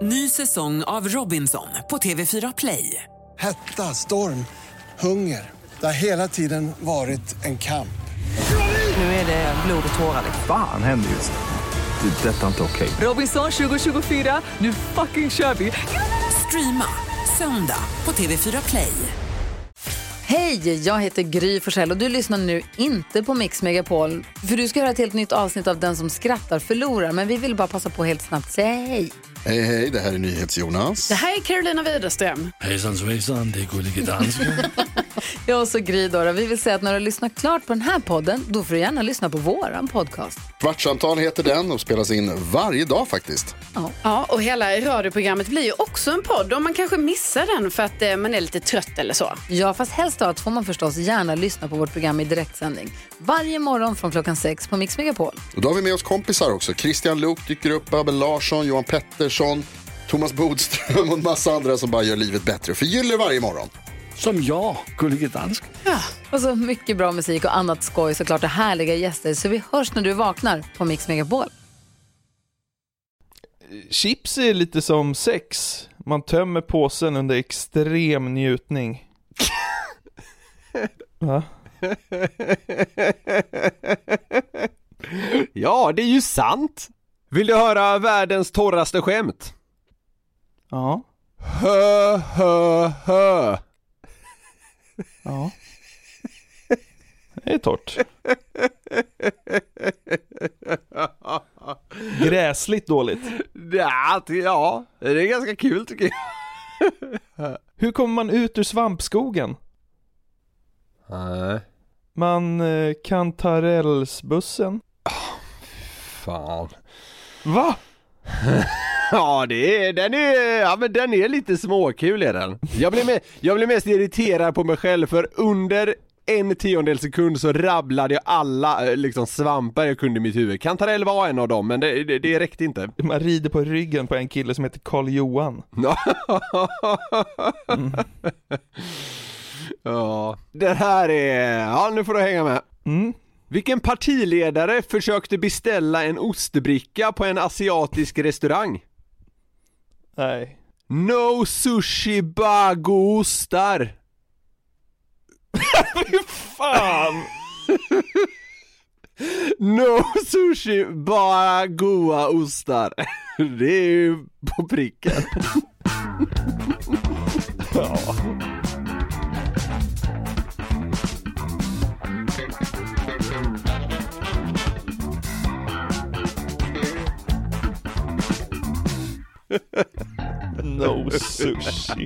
Ny säsong av Robinson på TV4 Play. Hetta, storm, hunger. Det har hela tiden varit en kamp. Nu är det blod och tårar. Fan händer just nu. Det. Detta är inte okej. Robinson 2024, nu fucking kör vi. Streama söndag på TV4 Play. Hej, jag heter Gry Forssell och du lyssnar nu inte på Mix Megapol. För du ska höra ett helt nytt avsnitt av Den som skrattar förlorar. Men vi vill bara passa på helt snabbt. Säg hej. Hej, hej, det här är NyhetsJonas. Det här är Carolina Widerström. Hejsan svejsan, det är Gullige Dansken. Jag och så Gry då. Vi vill säga att när du lyssnar klart på den här podden, då får du gärna lyssna på våran podcast. Kvartsamtal heter den och spelas in varje dag faktiskt. Ja, och hela radioprogrammet blir ju också en podd om man kanske missar den för att man är lite trött eller så. Ja, fast helst av får man förstås gärna lyssna på vårt program i direktsändning. Varje morgon från 6:00 på Mix Megapol. Och då har vi med oss kompisar också. Christian Luuk dyker upp, Abel Larsson, Johan Pettersson, Thomas Bodström och en massa andra som bara gör livet bättre. Förgyller varje morgon. Som jag, Gullige Dansken. Ja, och så mycket bra musik och annat skoj, såklart, och härliga gäster. Så vi hörs när du vaknar på Mix Megapol. Chips är lite som sex. Man tömmer påsen under extrem njutning. Va? Ja, det är ju sant. Vill du höra världens torraste skämt? Ja. Hö, hö, hö. Ja. Det är torrt. Gräsligt dåligt. Ja, det är ganska kul tycker jag. Hur kommer man ut ur svampskogen? Nej. Man kantarellsbussen. Fan. Va? Ja, den är lite småkul är den. Jag blev mest irriterad på mig själv för under 1/10 sekund så rabblade jag alla liksom svampar jag kunde i mitt huvud. Kantarell var en av dem, men det räckte inte. Man rider på ryggen på en kille som heter Karl Johan. Ja, det här är... Ja, nu får du hänga med. Vilken partiledare försökte beställa en ostbricka på en asiatisk restaurang? Nej. No sushi, bara ostar. Fy fan! No sushi, bara goa ostar. Det är ju på pricken. Ja. No sushi.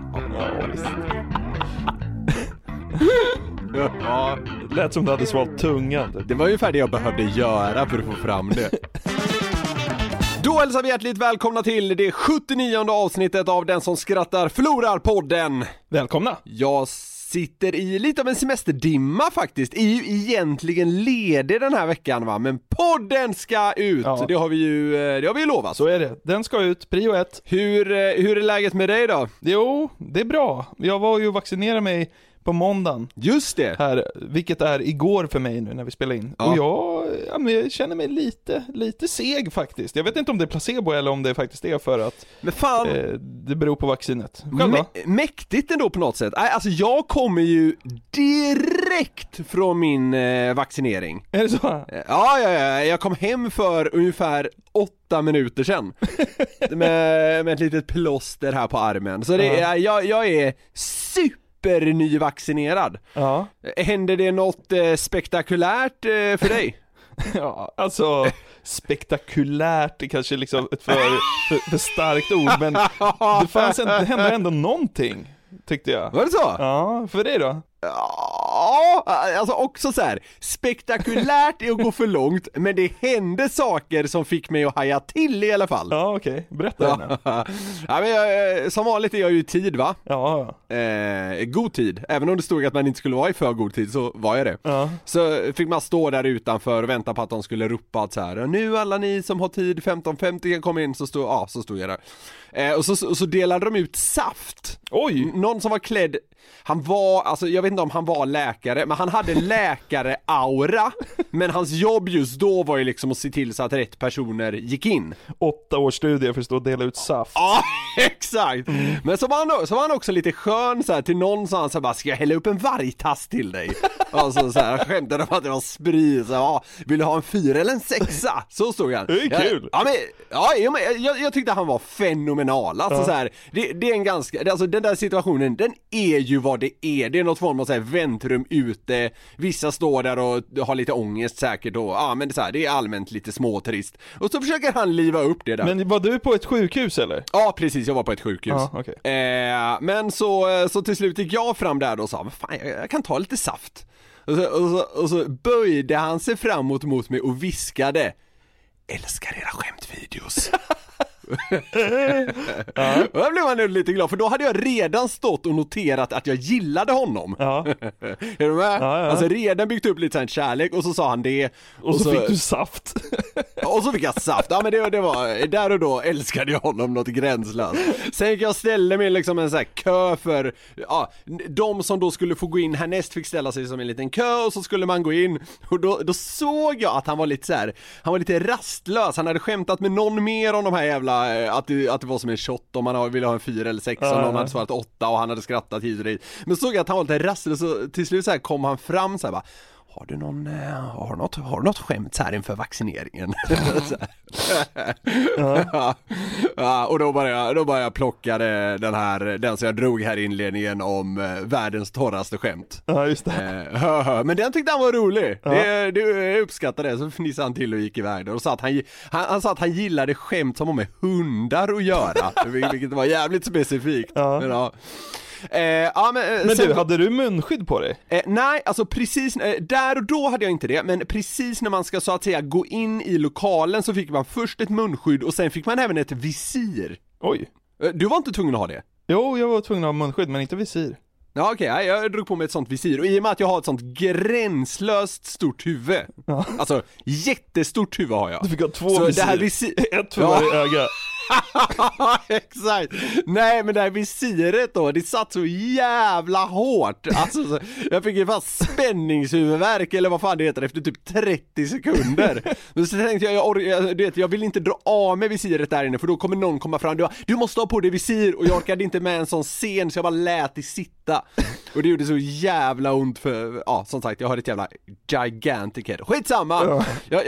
Ja, det lät som du hade svalt tungan. Det var ungefär det jag behövde göra för att få fram det. Då hälsar vi hjärtligt välkomna till det 79:e avsnittet av Den som skrattar förlorar-podden. Välkomna. Jag sitter i lite av en semesterdimma faktiskt. Är ju egentligen ledig den här veckan va, men podden ska ut. Ja. Det har vi ju lovat. Så är det. Den ska ut, prio 1. Hur är läget med dig då? Jo, det är bra. Jag var ju och vaccinerade mig på måndagen. Just det. Här, vilket är igår för mig nu när vi spelar in. Ja. Och jag känner mig lite seg faktiskt. Jag vet inte om det är placebo eller om det faktiskt är för att men fan, det beror på vaccinet. Själv då? Mäktigt ändå på något sätt. Alltså jag kommer ju direkt från min vaccinering. Är det så? Ja, jag kom hem för ungefär 8 minuter sedan med ett litet plåster här på armen. Så jag är nyvaccinerad. Ja. Händer det något spektakulärt för dig? Ja, alltså spektakulärt är kanske liksom ett för starkt ord, men det hände ändå någonting, tyckte jag. Var det så? Ja, för dig då? Ja, alltså också så här, spektakulärt är att gå för långt, men det hände saker som fick mig att haja till i alla fall. Ja, okej. Berätta gärna. Ja, men som vanligt är jag ju i tid va? Ja. God tid. Även om det stod att man inte skulle vara i för god tid så var jag det. Ja. Så fick man stå där utanför och vänta på att de skulle ropa att så här, nu alla ni som har tid 15:50 kan komma in, så stod jag där. Och så delade de ut saft. Oj! Någon som var klädd, han var, alltså jag vet vet inte om han var läkare, men han hade läkare-aura. Men hans jobb just då var ju liksom att se till så att rätt personer gick in. 8 års studier för att stå och dela ut saft. Ja, exakt. Men så var han också lite skön så här, till någon sa han så här, bara, ska jag hälla upp en vargtass till dig? Alltså så här, skämtade om att det var sprit så här, vill du ha en 4 eller en 6? Så stod han. Det är kul. Jag tyckte han var fenomenal. Alltså så här, det är en ganska, alltså den där situationen, den är ju vad det är. Det är något form av så här väntrum ute. Vissa står där och har lite ångest säkert och men det är, det är allmänt lite småtrist. Och så försöker han liva upp det där. Men var du på ett sjukhus eller? Ja, precis, jag var på ett sjukhus. Okay. Men så till slut gick jag fram där och sa, vad fan, jag kan ta lite saft. Och så böjde han sig framåt mot mig och viskade, älskar era skämtvideos. Och då blev man nu lite glad, för då hade jag redan stått och noterat att jag gillade honom. Är du med? Alltså redan byggt upp lite sån kärlek, och så sa han det. Och så fick du saft. Och så fick jag saft. Ja, men det var, där och då älskade jag honom något gränslöst. Sen gick jag ställa mig liksom en sån här kö för de som då skulle få gå in härnäst fick ställa sig som en liten kö, och så skulle man gå in. Och då såg jag att han var lite så här, han var lite rastlös. Han hade skämtat med någon mer om de här jävla att det var som en shot om man ville ha en 4 eller 6 och någon hade svarat 8 och han hade skrattat hit och dit. Men såg jag att han var lite rastlös, så till slut så här kom han fram så här bara, har du något skämt här inför vaccineringen? Och då bara jag plockade den som jag drog här i inledningen om världens torraste skämt. Ja, just det. Men den tyckte han var rolig. Jag uppskattade det, så fnissade han till och gick iväg. Och sa att han sa att han gillade skämt som har med hundar att göra, vilket var jävligt specifikt. Men du, hade du munskydd på dig? Nej, alltså precis där och då hade jag inte det, men precis när man ska så att säga gå in i lokalen så fick man först ett munskydd och sen fick man även ett visir. Oj. Du var inte tvungen att ha det? Jo, jag var tvungen att ha munskydd, men inte visir. Ja, okej, jag drog på mig ett sånt visir. Och i och med att jag har ett sånt gränslöst stort huvud, alltså jättestort huvud har jag. Du fick ha 2 så visir. Det här ett för varje öga. Exakt. Nej, men det här visiret då, det satt så jävla hårt. Alltså, jag fick ju fast spänningshuvudvärk eller vad fan det heter efter typ 30 sekunder. Men så tänkte jag vill inte dra av med visiret där inne, för då kommer någon komma fram och du måste ha på dig visir, och jag orkade inte med en sån scen, så jag bara lät det sitta. Och det gjorde så jävla ont, för som sagt, jag har ett jävla gigantic head. Skitsamma.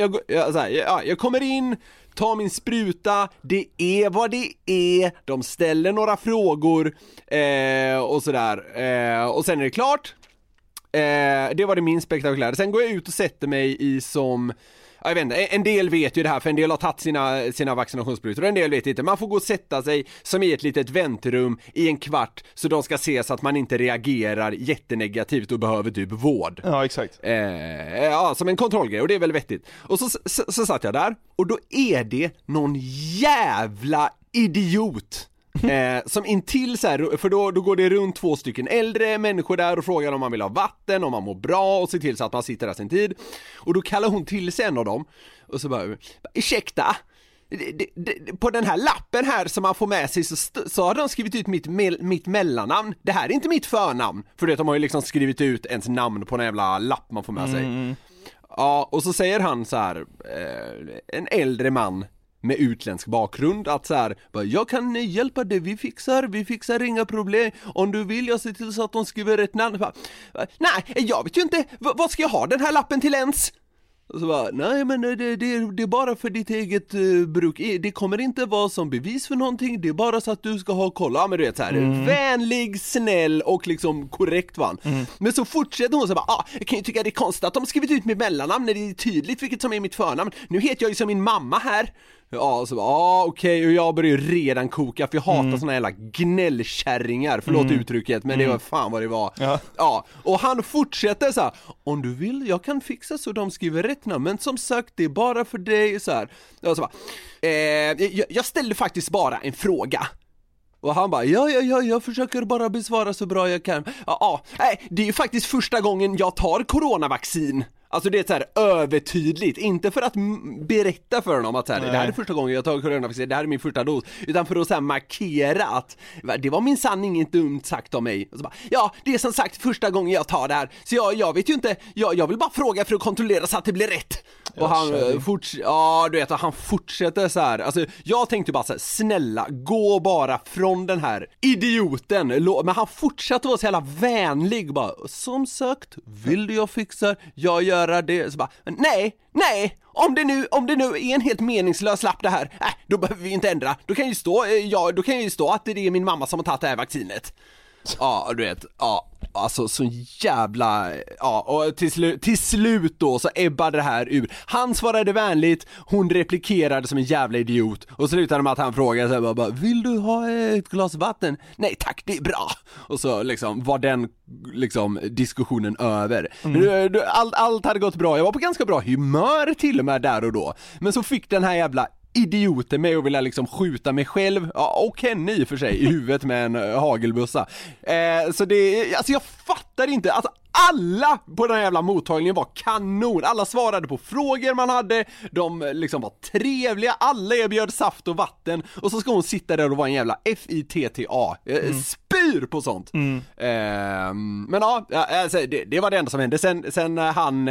Jag kommer in, tar min spruta, det är vad det är, de ställer några frågor och sådär, och sen är det klart. Det var det minst spektakulära. Sen går jag ut och sätter mig i som, jag vet inte, en del vet ju det här, för en del har tagit sina vaccinationssprutor och en del vet inte. Man får gå och sätta sig som i ett litet väntrum i en kvart, så de ska se så att man inte reagerar jättenegativt och behöver typ vård. Ja, exakt. Som en kontrollgrej, och det är väl vettigt. Och så satt jag där, och då är det någon jävla idiot som intill så här, för då går det runt 2 stycken äldre människor där och frågar om man vill ha vatten, om man mår bra, och se till så att man sitter där sin tid. Och då kallar hon till sig en av dem och så bara, ursäkta, på den här lappen här som man får med sig så har de skrivit ut mitt mellannamn. Det här är inte mitt förnamn, för det de har ju liksom skrivit ut ens namn på en jävla lapp man får med sig. Ja, och så säger han så här, en äldre man med utländsk bakgrund, att så här, jag kan hjälpa dig, vi fixar inga problem, om du vill, jag ser till så att de skriver rätt namn. Nej, jag vet ju inte, vad ska jag ha den här lappen till ens? Och så bara, nej men det är bara för ditt eget bruk, det kommer inte vara som bevis för någonting, det är bara så att du ska ha koll. Ja, men du vet så här, vänlig, snäll och liksom korrekt van. Men så fortsätter hon så bara, jag kan ju tycka det är konstigt att de skrivit ut mitt mellannamn när det är tydligt vilket som är mitt förnamn. Nu heter jag ju som min mamma här. Ja, så bara, okej, och jag börjar ju redan koka, för jag hatar såna jävla gnällkärringar, förlåt uttrycket, men det var fan vad det var. Ja, och han fortsätter så här, om du vill, jag kan fixa så de skriver rätt namn, men som sagt, det är bara för dig, så här. Och så bara, jag ställde faktiskt bara en fråga. Och han bara, jag försöker bara besvara så bra jag kan. Det är ju faktiskt första gången jag tar coronavaccin. Alltså det är så här övertydligt, inte för att berätta för honom att så här, det här är första gången jag tar coronavaccin, det här är min första dos, utan för att så här markera att det var min sanning inte dumt sagt om mig. Och så bara, ja, det är som sagt första gången jag tar det här, så jag vet ju inte, jag vill bara fråga för att kontrollera så att det blir rätt. Och han han fortsätter så här. Alltså jag tänkte bara så här, snälla, gå bara från den här idioten. Men han fortsatte vara så jävla vänlig bara, som sagt, vill du jag fixar, jag göra det. Så bara, nej, om det nu är en helt meningslös lapp det här, då behöver vi inte ändra. Då kan ju stå att det är min mamma som har tagit det här vaccinet. Ja, du vet, alltså så jävla, och till slut då så ebbade det här ur. Han svarade vänligt, hon replikerade som en jävla idiot och slutade med att han frågade så här, bara, vill du ha ett glas vatten? Nej tack, det är bra. Och så liksom var den liksom diskussionen över. Allt hade gått bra, jag var på ganska bra humör till och med där och då. Men så fick den här jävla idioten med och vilja liksom skjuta mig själv och henne i och för sig i huvudet med en hagelbussa. Så det, alltså jag fattar inte, alltså alla på den här jävla mottagningen var kanon. Alla svarade på frågor man hade, de liksom var trevliga, alla erbjöd saft och vatten, och så ska hon sitta där och vara en jävla FITTA. Spyr på sånt. Men alltså, det var det enda som hände. Sen han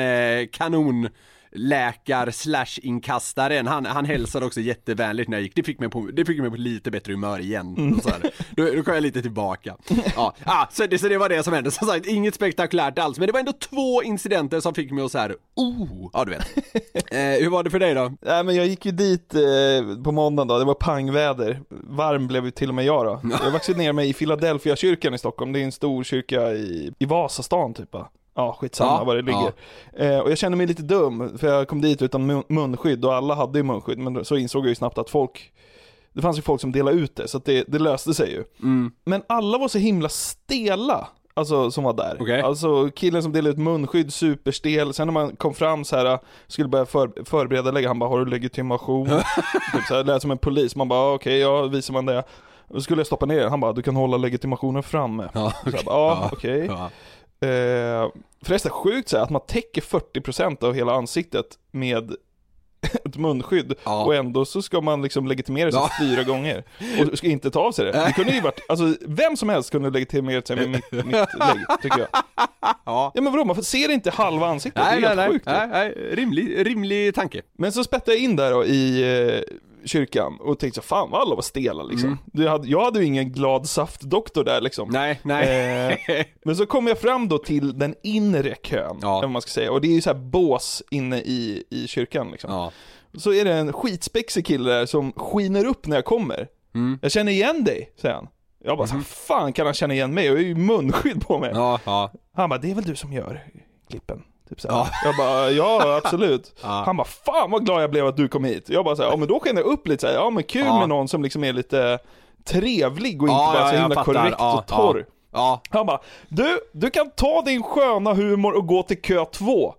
kanonläkar/inkastaren, han hälsade också jättevänligt när jag gick. Det fick mig på lite bättre humör igen. Och så här. Då kom jag lite tillbaka. Så det var det som hände. Som sagt, inget spektakulärt alls, men det var ändå 2 incidenter som fick mig att så här, du vet. Hur var det för dig då? Men jag gick ju dit på måndagen då. Det var pangväder. Varm blev ju till och med jag då. Jag vaccinerade mig i Philadelphia kyrkan i Stockholm. Det är en stor kyrka i Vasastan typ. Ja, skitsamma var det ligger. Och jag kände mig lite dum, för jag kom dit utan munskydd och alla hade ju munskydd, men så insåg jag ju snabbt att det fanns ju folk som delade ut det, så att det löste sig ju. Men alla var så himla stela, alltså som var där. Okay. Alltså killen som delade ut munskydd, superstel. Sen när man kom fram så här, skulle börja förbereda lägga, han bara, har du legitimation? Typ så här, lät som en polis. Man bara, okej, visar man det. Och så skulle jag stoppa ner, han bara, du kan hålla legitimationen framme. Okej. Förresten sjukt så här, att man täcker 40% av hela ansiktet med ett munskydd och ändå så ska man liksom legitimera sig 4 gånger och ska inte ta av sig det. Det kunde ju varit, alltså vem som helst kunde legitimera sig med mitt lägg, tycker jag. Ja men vadå, man ser inte halva ansiktet. Det är helt sjukt. Rimlig tanke. Men så spettade jag in där då i kyrkan och tänkte så, fan vad alla var stela liksom. Jag hade ju ingen glad saftdoktor där liksom. Nej. Men så kom jag fram då till den inre kön, om man ska säga. Och det är ju så här bås inne i kyrkan liksom. Så är det en skitspexig kille där som skiner upp när jag kommer. Jag känner igen dig, säger han. Jag bara, fan kan han känna igen mig? Jag har ju munskydd på mig. Han bara, det är väl du som gör klippen. Typ så här. Jag bara, ja absolut. Han bara, fan vad glad jag blev att du kom hit. Jag bara så här, men då skenar jag upp lite så här, ja men kul med någon som liksom är lite trevlig och inte bara så himla korrekt och torr. Han bara, du kan ta din sköna humor och gå till kö 2.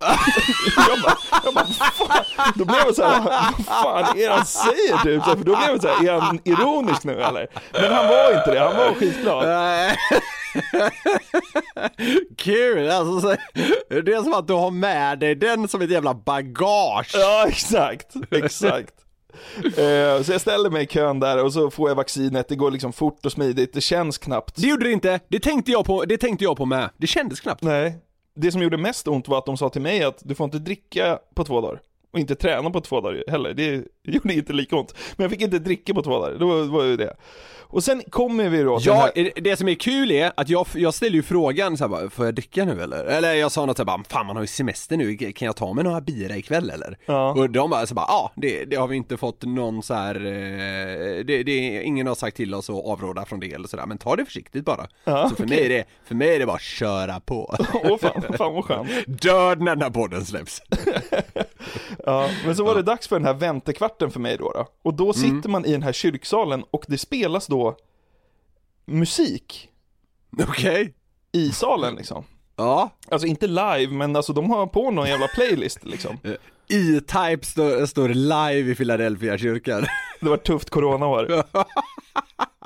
jag bara fan. Då blev jag så här, vad fan är han säger typ? För då blev jag så här, är han ironisk nu eller? Men han var inte det, han var skitglad. Kul, alltså det är som att du har med dig den som ett jävla bagage. Ja, exakt. Så jag ställer mig i kön där och så får jag vaccinet. Det går liksom fort och smidigt. Det känns knappt. Det gjorde det inte. Det tänkte jag på med. Det kändes knappt. Nej. Det som gjorde mest ont var att de sa till mig att du får inte dricka på 2 dagar. Och inte träna på 2 dagar heller. Det gjorde inte lika ont. Men jag fick inte dricka på 2 dagar. Då var ju det. Och sen kommer vi då till det som är kul är att jag ställer ju frågan så här, bara, får jag dricka nu eller? Eller jag sa något så här, bara, fan man har ju semester nu, kan jag ta med några bira ikväll eller? Och de bara så bara, det har vi inte fått någon så här, ingen har sagt till oss att avråda från det eller sådär, men ta det försiktigt bara. Så för mig är det bara att köra på. Fan vad skönt. Död när den här podden släpps. Men så var det dags för den här väntekvarten för mig då. Och då sitter man i den här kyrksalen och det spelas då musik. Okej. I salen liksom. Alltså inte live, men alltså de har på någon jävla playlist liksom. E-Type står live i Philadelphia kyrkan. Det var tufft coronaår.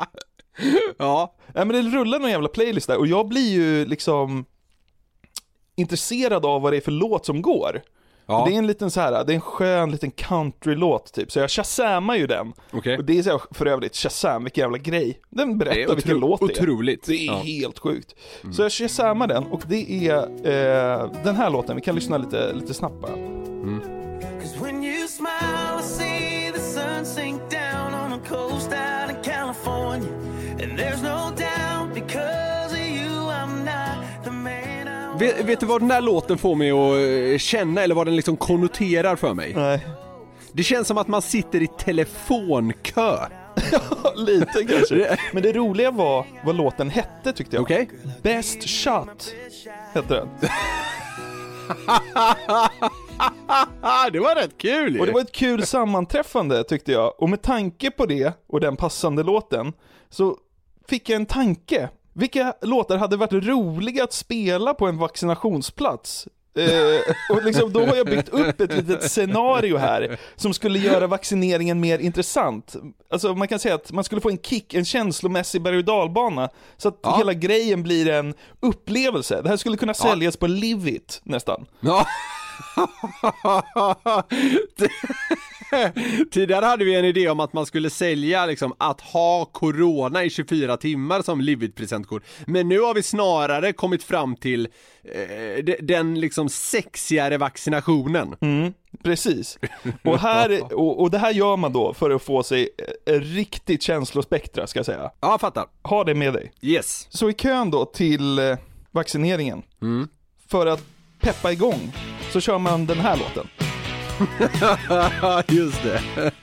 Nej men det rullar någon jävla playlist där och jag blir ju liksom, intresserad av vad det är för låt som går. Ja. Det är en liten så här, det är en skön liten countrylåt typ. Så jag shazammar ju den. Okay. Och det är så för övrigt Shazam, vilken jävla grej. Den berättar vilken låt det är. Otroligt. Det är helt sjukt. Så jag shazammar den och det är den här låten. Vi kan lyssna lite snabbt bara. When you smile, I see the sun sink down on the coast out in California. And there's no doubt because of you I'm not the man I... Vet du vad den här låten får mig att känna, eller vad den liksom konnoterar för mig? Nej. Det känns som att man sitter i telefonkö. Ja, lite kanske. Men det roliga var vad låten hette, tyckte jag. Okay. Best Shot hette den. Det var rätt kul. Och det var ett kul sammanträffande, tyckte jag. Och med tanke på det och den passande låten så fick jag en tanke. Vilka låtar hade varit roliga att spela på en vaccinationsplats? Och liksom, då har jag byggt upp ett litet scenario här som skulle göra vaccineringen mer intressant. Alltså man kan säga att man skulle få en kick, en känslomässig berg- och dalbana, så att hela grejen blir en upplevelse. Det här skulle kunna säljas på Live It nästan. Ja. Tidigare hade vi en idé om att man skulle sälja liksom, att ha corona i 24 timmar som Live-It-presentkort. Men nu har vi snarare kommit fram till den liksom sexigare vaccinationen. Precis. Och det här gör man då för att få sig riktigt känslospektra, ska jag säga. Ja, fattar. Ha det med dig. Yes. Så i kön då till vaccineringen, för att peppa igång, så kör man den här låten. Just det.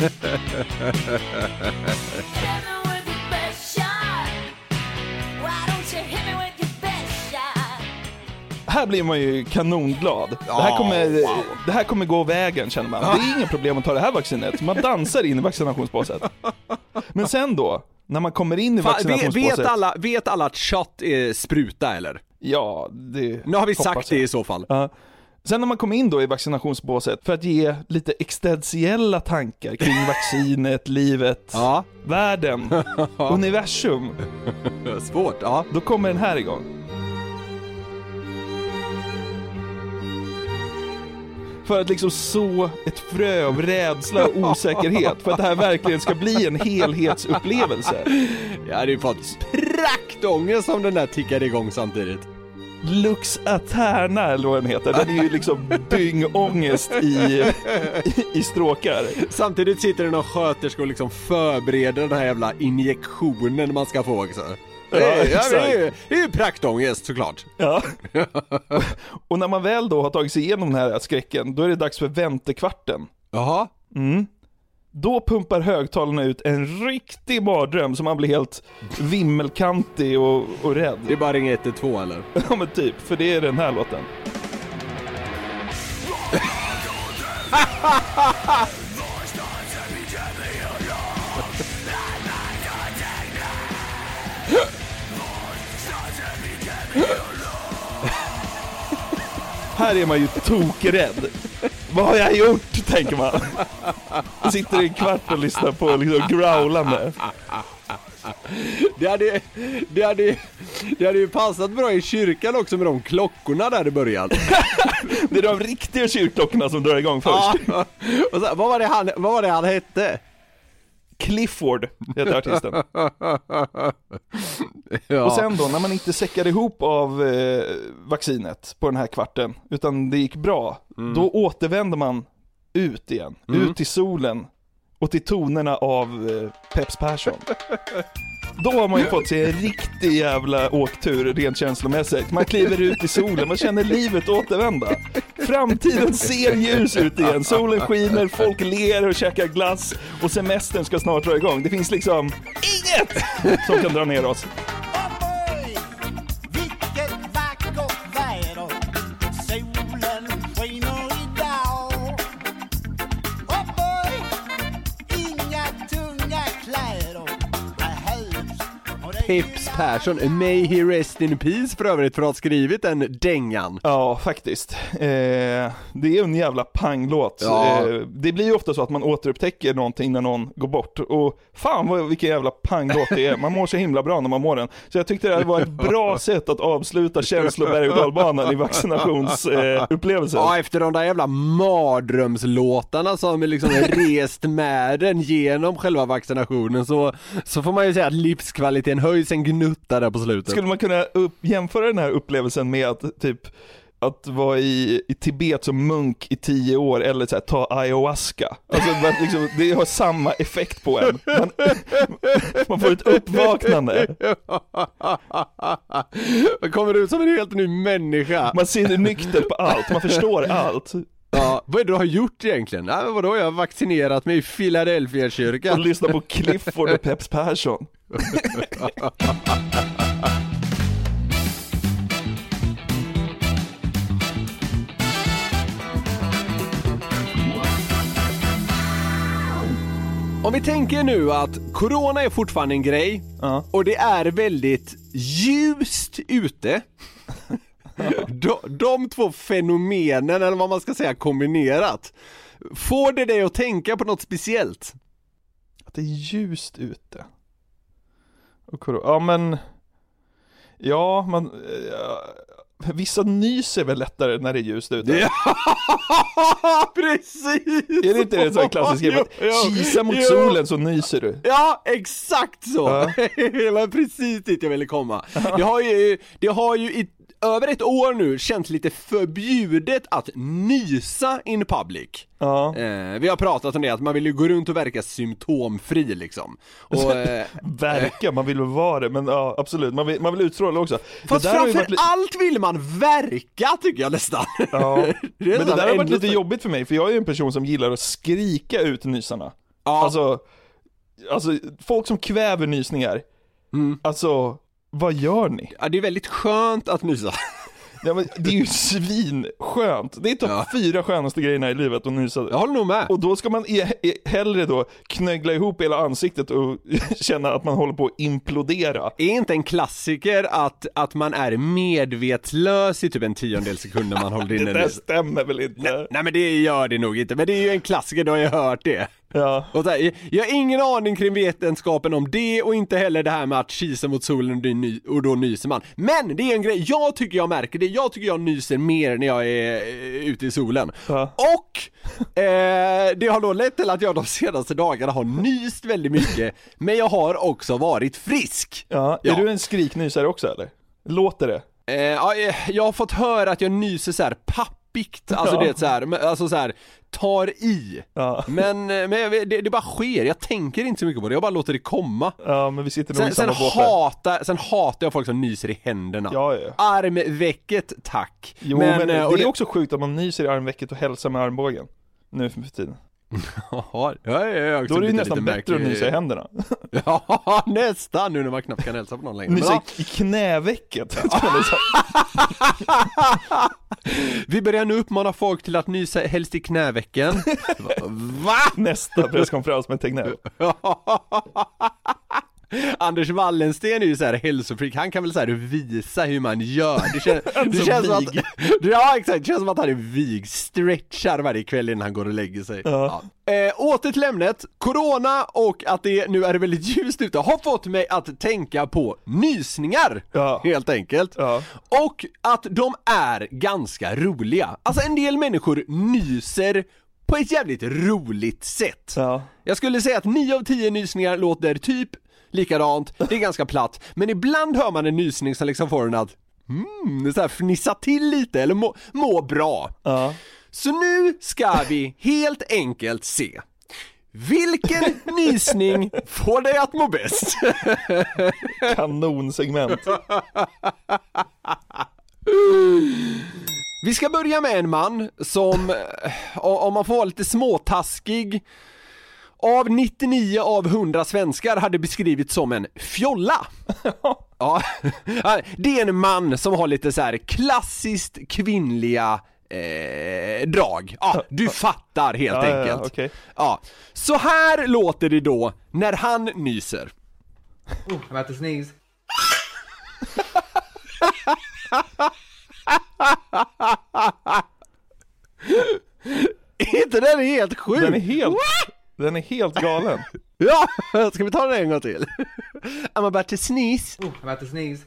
Här blir man ju kanonglad. Det här kommer gå vägen, känner man. Det är inga problem att ta det här vaccinet. Man dansar in i vaccinationsbåset. Men sen då, när man kommer in i vaccinationsbåset... Vet alla att shot är spruta, eller? Ja, det... Nu har vi sagt det i så fall. Sen när man kommer in då i vaccinationsbåset för att ge lite existentiella tankar kring vaccinet, livet, världen, universum. Svårt, ja. Då kommer den här igång. För att liksom så ett frö av rädsla och osäkerhet, för att det här verkligen ska bli en helhetsupplevelse. Jag hade ju fått praktångest om den där tickade igång samtidigt. Lux Aterna eller vad den heter. Den är ju liksom dyngångest i stråkar. Samtidigt sitter det någon sköterska och liksom förbereder den här jävla injektionen man ska få också. Det är ju praktångest såklart. Ja. Och när man väl då har tagit sig igenom den här skräcken, då är det dags för väntekvarten. Jaha. Då pumpar högtalarna ut en riktig mardröm som man blir helt vimmelkantig och rädd. Det är bara ringa 112 eller? Ja men typ, för det är den här låten. Här är man ju tokrädd. Vad har jag gjort, tänker man. Och sitter i en kvart och lyssnar på liksom growlande. Det hade ju passat bra i kyrkan också med de klockorna där i början. Det är de riktiga kyrkklockorna som drar igång först. Och så, vad var det han hette? Clifford heter artisten. Och sen då, när man inte säckade ihop av vaccinet på den här kvarten, utan det gick bra, då återvänder man ut igen, ut till solen och till tonerna av Peps Persson. Då har man ju fått sig en riktig jävla åktur rent känslomässigt. Man kliver ut i solen, man känner livet återvända. Framtiden ser ljus ut igen. Solen skiner, folk ler och käkar glass och semestern ska snart dra igång. Det finns liksom inget som kan dra ner oss. Peps Persson. May he rest in peace för övrigt för att ha skrivit den dängan. Ja, faktiskt. Det är en jävla panglåt. Ja. Det blir ju ofta så att man återupptäcker någonting när någon går bort. Och fan vilken jävla panglåt det är. Man mår så himla bra när man mår den. Så jag tyckte det var ett bra sätt att avsluta känsloberg- och dalbanan i vaccinationsupplevelsen. Ja, efter de där jävla mardrömslåtarna som liksom rest med den genom själva vaccinationen så får man ju säga att livskvaliteten höjs en gnutta där på slutet. Skulle man kunna jämföra den här upplevelsen med att vara i Tibet som munk i 10 år eller så här, ta ayahuasca? Alltså, liksom, det har samma effekt på en. Man får ett uppvaknande. Man kommer ut som en helt ny människa. Man ser nykter på allt, man förstår allt. Ja, vad är det du har gjort egentligen? Nej, men vadå, jag har vaccinerat mig i Philadelphia-kyrkan. Och lyssna på Clifford och Peps Persson. Om vi tänker nu att corona är fortfarande en grej och det är väldigt ljust ute. De två fenomenen, eller vad man ska säga, kombinerat. Får det dig att tänka på något speciellt? Att det är ljust ute. Ja, men... Ja, vissa nyser väl lättare när det är ljust ute. Ja, precis! Är det inte det så klassiskt? Kisa mot solen så nyser du. Ja, exakt så! Ja. Det var precis dit jag ville komma. Det har ju i över ett år nu känts lite förbjudet att nysa in public. Ja. Vi har pratat om det, att man vill ju gå runt och verka symptomfri liksom. Och, verka, man vill väl vara det, men ja, absolut, man vill utstråla också. Fast framför allt vill man verka, tycker jag nästan. Ja. Men det där har varit lite jobbigt för mig, för jag är en person som gillar att skrika ut nysarna. Ja. Alltså folk som kväver nysningar. Alltså, vad gör ni? Ja, det är väldigt skönt att nysa. Ja, men det är ju svinskönt. Det är topp 4 skönaste grejerna i livet att nysa. Jag håller nog med. Och då ska man hellre då knöggla ihop hela ansiktet och känna att man håller på att implodera. Är inte en klassiker att man är medvetslös i typ en 10:e sekund när man håller inne? Det stämmer väl inte? Nej, men det gör det nog inte. Men det är ju en klassiker, då har jag hört det. Ja. Och där, jag har ingen aning kring vetenskapen om det, och inte heller det här med att kisa mot solen och då nyser man. Men det är en grej, jag tycker jag märker det. Jag tycker jag nyser mer när jag är ute i solen. Ja. Och det har då lett till att jag de senaste dagarna har nyst väldigt mycket. Men jag har också varit frisk. Ja. Är du en skriknysare också, eller? Låter det? Jag har fått höra att jag nyser så här pappigt. Alltså det är så här tar i. Ja. Men det bara sker. Jag tänker inte så mycket på det. Jag bara låter det komma. Ja, men vi sitter nog i samma båt. Sen hatar jag folk som nyser i händerna. Ja. Armvecket, tack. Jo, men det är också sjukt att man nyser i armvecket och hälsar med armbågen. Nu för tiden. Ja, då är det ju nästan bättre att nysa i händerna. Ja, nästan, nu när man knappt kan hälsa på någon längre. Nysa i knävecket. Vi börjar nu uppmana folk till att nysa helst i knävecken. Va? Nästa presskonferens med Tegnell. Anders Wallensten är ju så här hälsofreak. Han kan väl så här visa hur man gör. Det känns som att, ja, exakt. Det känns som att han är vig. Stretchar varje kväll innan han går och lägger sig. Ja. Åter till ämnet. Corona och att det nu är väldigt ljust ute har fått mig att tänka på nysningar. Ja. Helt enkelt. Ja. Och att de är ganska roliga. Alltså en del människor nyser på ett jävligt roligt sätt. Ja. Jag skulle säga att 9 av 10 nysningar låter typ likadant, det är ganska platt. Men ibland hör man en nysning som liksom får en att så här fnissa till lite eller må bra. Så nu ska vi helt enkelt se vilken nysning får dig att må bäst. Kanonsegment. Vi ska börja med en man som, om man får vara lite småtaskig, av 99 av 100 svenskar hade beskrivits som en fjolla. Ja, det är en man som har lite så här klassiskt kvinnliga drag. Ja, du fattar helt enkelt. Ja, okay. Ja, så här låter det då när han nyser. I'm about to sneeze. Inte den är helt sjuk. Den är helt galen. Ja, ska vi ta den en gång till? I'm about to sneeze. I'm about to sneeze.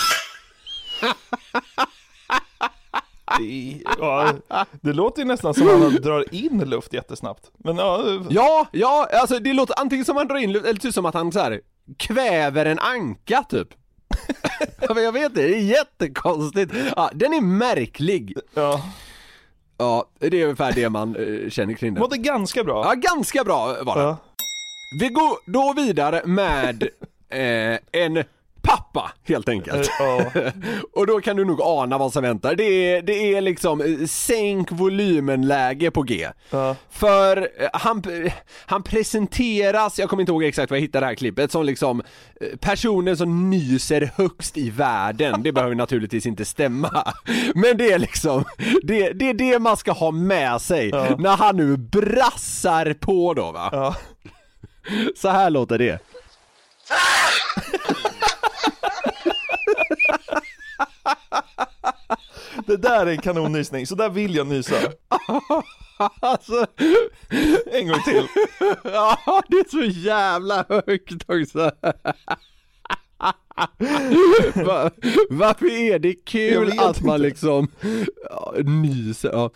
Det låter ju nästan som att man drar in luft jättesnabbt. Men ja, alltså det låter antingen som att man drar in luft eller typ som att han så här kväver en anka typ. Jag vet det är jättekonstigt. Ja, den är märklig. Ja, det är ungefär det man känner kring den. Var det ganska bra? Ja, ganska bra var det. Vi går då vidare med en pappa helt enkelt. Och då kan du nog ana vad som väntar. Det är liksom sänk volymenläge på G. För han presenteras, jag kommer inte ihåg exakt vad jag hittade det här klippet, som liksom personen som nyser högst i världen. Det behöver naturligtvis inte stämma. Men det är liksom det är det man ska ha med sig när han nu brassar på då, va? Så här låter det. Det där är en kanonnysning, så där vill jag nysa. Alltså, en gång till. Ja, det är så jävla högt också. Varför är det kul att man liksom nyser? Ja.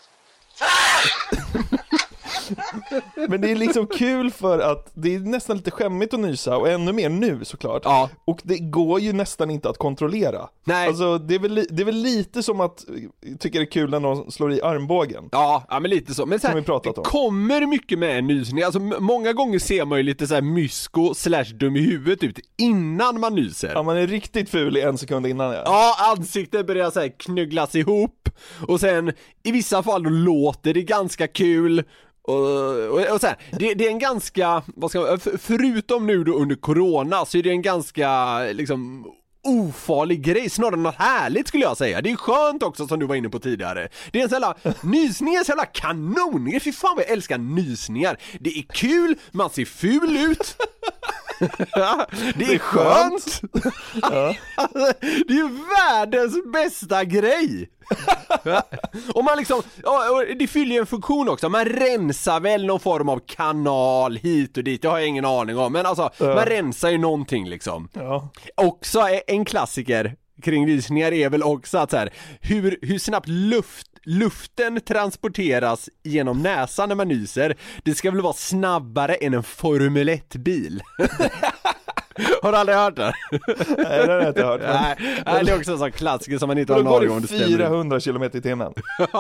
Men det är liksom kul för att det är nästan lite skämmigt att nysa, och ännu mer nu såklart. Och det går ju nästan inte att kontrollera. Nej. Alltså det är väl lite som att tycker det är kul när någon slår i armbågen. Ja men lite så. Men så här, vi pratat om. Det kommer mycket med en nysning. Alltså många gånger ser man ju lite så här mysko / dum i huvudet ut innan man nyser. Ja, man är riktigt ful i 1 sekund innan. Ja, ansiktet börjar så här knugglas ihop. Och sen i vissa fall då låter det ganska kul. Och så här, det är en ganska, vad ska man, förutom nu då under corona, så är det en ganska liksom ofarlig grej, snarare något härligt skulle jag säga. Det är skönt också, som du var inne på tidigare. Det är en sån här nysning, en sån här kanon. Fy fan vad jag älskar nysningar. Det är kul, man ser ful ut. Det är skönt. Det är ju världens bästa grej. Och man liksom, det fyller ju en funktion också. Man rensar väl någon form av kanal hit och dit. Det har jag ingen aning om. Men alltså, man rensar ju någonting liksom. Också en klassiker kring nysningar är väl också att så här, hur snabbt luften transporteras genom näsan när man nyser. Det ska väl vara snabbare än en Formel 1-bil. Har du aldrig hört det? Nej, det har jag inte hört. Nej, det är också en sån klassiker som man inte har en aning om det stämmer. 400 km/h.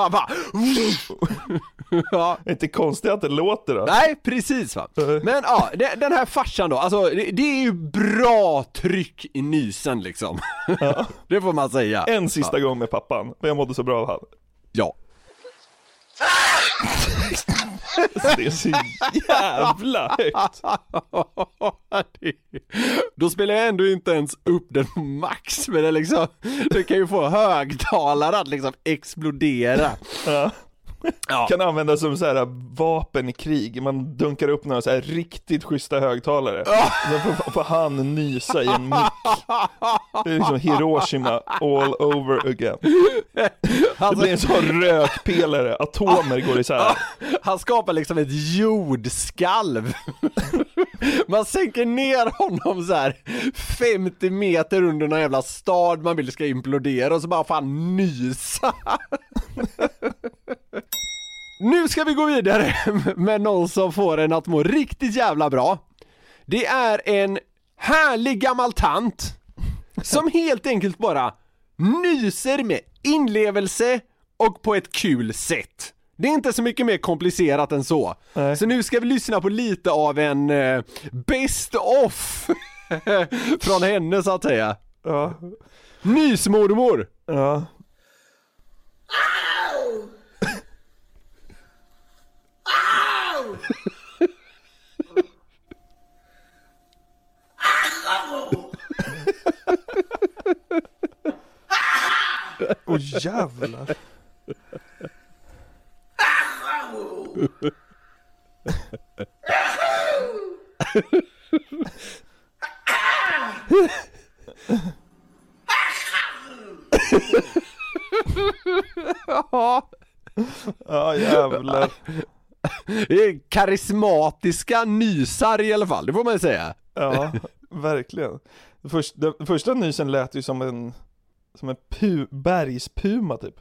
Ja. Det är inte konstigt att det låter då. Nej, precis va. Men ja, den här farsan då, alltså det är ju bra tryck i nysen liksom. Det får man säga. En sista gång med pappan, för jag mådde så bra av han. Ja. Det är så jävla högt. Då spelar jag ändå inte ens upp den på max, men det kan ju få högtalare att liksom explodera. Kan användas som så här vapen i krig. Man dunkar upp några så här riktigt schyssta högtalare. Så får han nysa i en mick. Det är liksom Hiroshima all over again. Det blir en sån rökpelare. Atomer går isär. Han skapar liksom ett jordskalv. Man sänker ner honom så här 50 meter under någon jävla stad man vill ska implodera, och så bara fan nysa. Nu ska vi gå vidare med någon som får en att må riktigt jävla bra. Det är en härlig gammal tant som helt enkelt bara nyser med inlevelse och på ett kul sätt. Det är inte så mycket mer komplicerat än så. Så nu ska vi lyssna på lite av en best of från henne så att säga. Nysmormor. Ja. Åh jävlar. Ja, jävlar. Det är karismatiska nysar i alla fall, det får man säga. Ja, verkligen. Den första nysen lät ju som en bergspuma typ.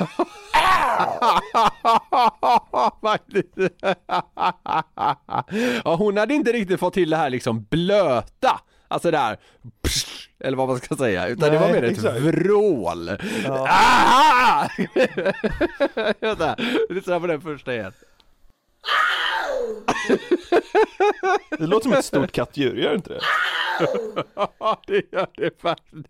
Ja, hon hade inte riktigt fått till det här liksom blöta. Alltså där, eller vad man ska säga. Utan det var mer ett vrål. Ja. Ah! Lyssna på den första igen. Det låter som ett stort kattdjur, gör det inte det? Ja, det gör det faktiskt.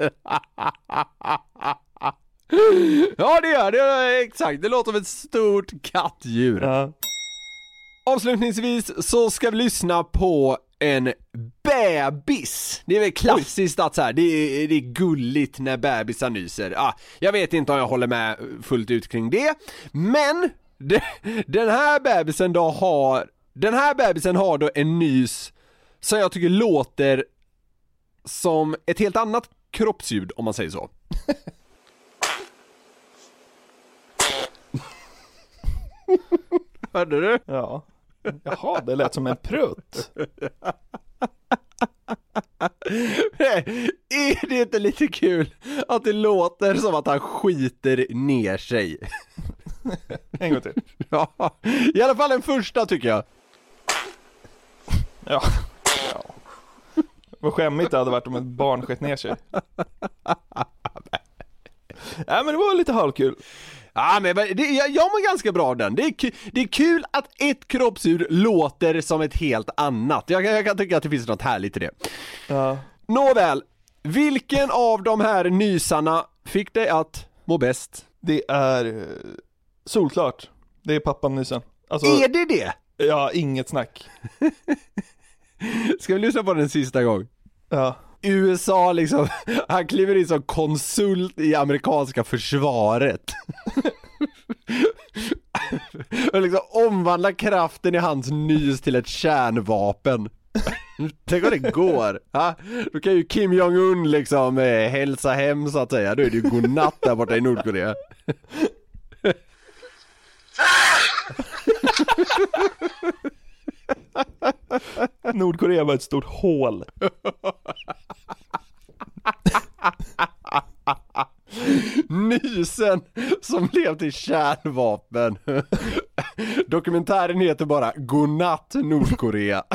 Ja, det gör det, exakt. Det låter som ett stort kattdjur. Ja. Avslutningsvis så ska vi lyssna på en bebis. Det är väl klassiskt att så här, det är gulligt när bebisar nyser. Jag vet inte om jag håller med fullt ut kring det. Men den här bebisen har då en nys som jag tycker låter som ett helt annat kroppsljud, om man säger så. Hörde du? Ja. Jaha, det lät som en prutt. Är det inte lite kul att det låter som att han skiter ner sig? En gång till. Ja, i alla fall den första tycker jag. Ja. Vad skämmigt det hade varit om ett barn skett ner sig. Nej, men det var lite halvkul. Ja, men jag mår ganska bra av den. Det är kul att ett kroppsljud låter som ett helt annat. Jag kan tycka att det finns något härligt i det. Ja. Nåväl, vilken av de här nysarna fick dig att må bäst? Det är solklart. Det är pappan nysen. Alltså, är det? Ja, inget snack. Ska vi lyssna på den sista gång? Ja. USA liksom, han kliver in som konsult i amerikanska försvaret. Och liksom omvandlar kraften i hans nys till ett kärnvapen. Tänk om det går. Ha? Då kan ju Kim Jong-Un liksom hälsa hem så att säga. Då är det ju godnatt där borta i Nordkorea. Nordkorea var ett stort hål. Nysen som blev till kärnvapen. Dokumentären heter bara Godnatt Nordkorea.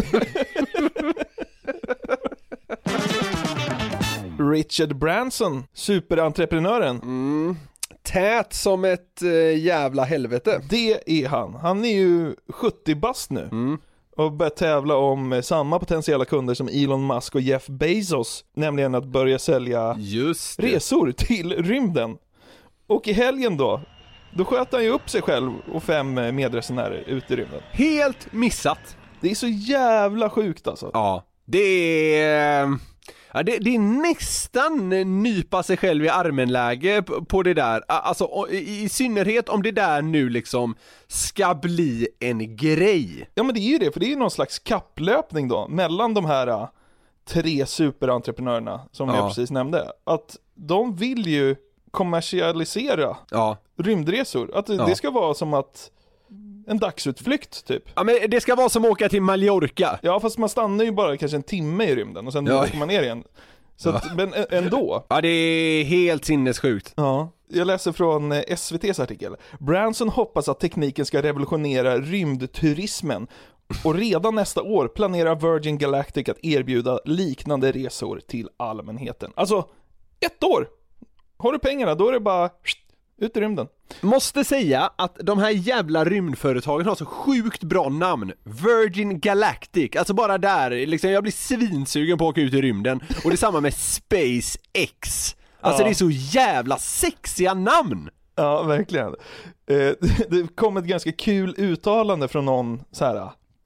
Richard Branson, superentreprenören. Tät som ett jävla helvete. Det är han. Han är ju 70 bast nu. Och börjar tävla om samma potentiella kunder som Elon Musk och Jeff Bezos. Nämligen att börja sälja resor till rymden. Och i helgen då sköt han ju upp sig själv och 5 medresenärer ut i rymden. Helt missat. Det är så jävla sjukt alltså. Ja, det är nästan nypa sig själv i armenläge på det där. Alltså i synnerhet om det där nu liksom ska bli en grej. Ja, men det är ju det, för det är ju någon slags kapplöpning då mellan de här 3 superentreprenörerna som jag precis nämnde. Att de vill ju kommersialisera rymdresor. Att det ska vara som att en dagsutflykt typ. Ja, men det ska vara som att åka till Mallorca. Ja, fast man stannar ju bara kanske en timme i rymden och sen åker man ner igen. Så att, men ändå. Ja, det är helt sinnessjukt. Ja. Jag läser från SVT:s artikel. Branson hoppas att tekniken ska revolutionera rymdturismen. Och redan nästa år planerar Virgin Galactic att erbjuda liknande resor till allmänheten. Alltså, 1 år. Har du pengarna, då är det bara ut i rymden. Måste säga att de här jävla rymdföretagen har så sjukt bra namn. Virgin Galactic, alltså bara där liksom, jag blir svinsugen på att åka ut i rymden. Och det är samma med SpaceX. Alltså det är så jävla sexiga namn. Ja, verkligen. Det kom ett ganska kul uttalande från någon så här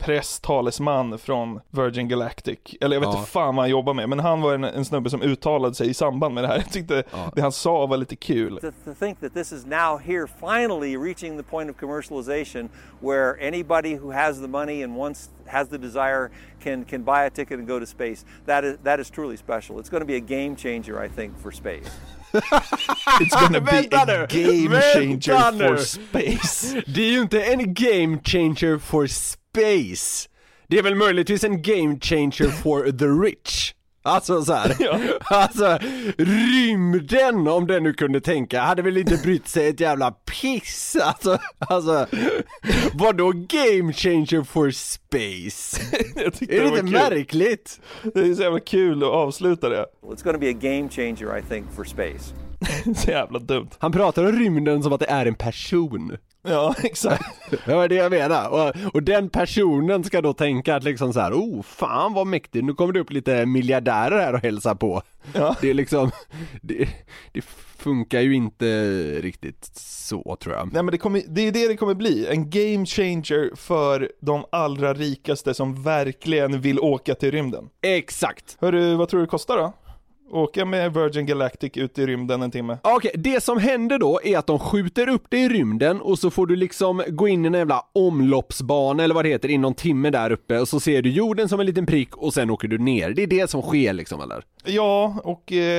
presstalesman från Virgin Galactic. Eller jag vet inte fan vad han jobbar med, men han var en snubbe som uttalade sig i samband med det här. Jag tyckte det han sa var lite kul. To think that this is now here finally reaching the point of commercialization where anybody who has the money and has the desire can buy a ticket and go to space. That is truly special. It's going to be a game changer, I think, for space. It's gonna be a game changer for space. Det är ju inte en game changer for space. Det är väl möjligtvis en game changer for the rich. Alltså så här. Alltså rymden, om den nu kunde tänka, hade väl inte brytt sig ett jävla piss. Alltså vadå game changer for space? Är det inte märkligt? Det är så jävla kul att avsluta det. It's going to be a game changer, I think, for space. Så jävla dumt. Han pratar om rymden som att det är en person. Ja, exakt. Det var det jag menar. Och den personen ska då tänka att liksom så här, fan vad mäktigt, nu kommer det upp lite miljardärer här och hälsa på. Ja. Det är liksom, det funkar ju inte riktigt så, tror jag. Nej, men det är det kommer bli. En game changer för de allra rikaste som verkligen vill åka till rymden. Exakt. Hörru, vad tror du det kostar då? Åka med Virgin Galactic ut i rymden en timme. Okej, det som händer då är att de skjuter upp dig i rymden och så får du liksom gå in i en jävla omloppsbana eller vad det heter i någon timme där uppe och så ser du jorden som en liten prick och sen åker du ner. Det är det som sker liksom, eller? Ja, och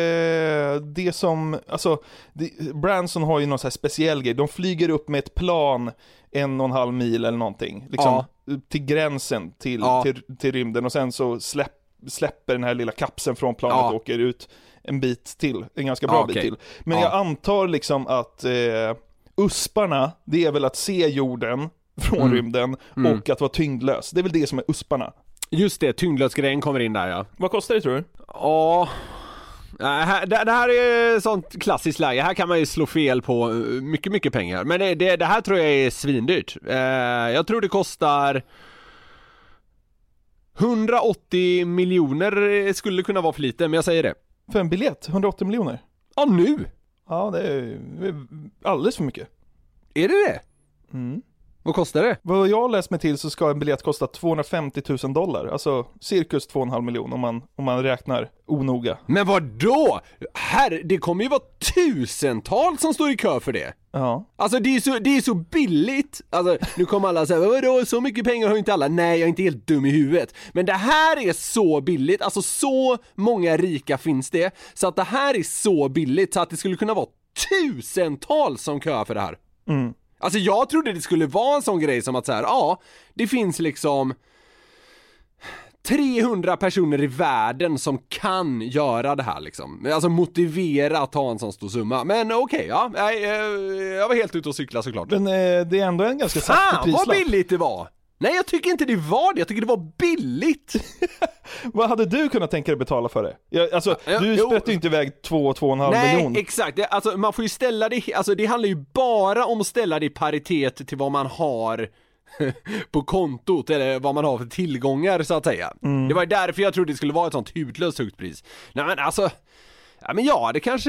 det som, alltså Branson har ju någon så här speciell grej. De flyger upp med ett plan 1,5 mil eller någonting liksom, till gränsen till rymden och sen så släpper den här lilla kapseln från planet och åker ut en bit till, en ganska bra bit till. Men jag antar liksom att usparna, det är väl att se jorden från rymden och att vara tyngdlös. Det är väl det som är usparna. Just det, tyngdlösgrejen kommer in där, ja. Vad kostar det, tror du? Det här är sånt klassiskt läge. Här kan man ju slå fel på mycket, mycket pengar. Men det här tror jag är svindyrt. Jag tror det kostar 180 miljoner skulle kunna vara för lite, men jag säger det. För en biljett? 180 miljoner? Ja, nu! Ja, det är alldeles för mycket. Är det det? Mm. Vad kostar det? Vad jag har läst mig till så ska en biljett kosta $250,000. Alltså cirkus 2,5 miljoner om man räknar onoga. Men vad då? Det kommer ju vara tusentals som står i kö för det. Ja. Alltså det är så billigt. Alltså nu kommer alla säga, vadå, så mycket pengar har ju inte alla. Nej, jag är inte helt dum i huvudet. Men det här är så billigt. Alltså så många rika finns det. Så att det här är så billigt så att det skulle kunna vara tusentals som kö för det här. Mm. Alltså jag trodde det skulle vara en sån grej som att så här, det finns liksom 300 personer i världen som kan göra det här liksom. Alltså motivera att ta en sån stor summa. Men okej, jag var helt ute och cykla såklart. Men det är ändå en ganska saftig prislapp. Vad billigt det var! Nej, jag tycker inte det var det. Jag tycker det var billigt. Vad hade du kunnat tänka dig betala för det? Du sprätter ju inte iväg 2,5 miljoner. Nej, exakt. Alltså, man får ju ställa det... Alltså, det handlar ju bara om att ställa det i paritet till vad man har på kontot. Eller vad man har för tillgångar, så att säga. Mm. Det var därför jag trodde det skulle vara ett sånt hudlöst högt pris. Nej, men alltså... det kanske...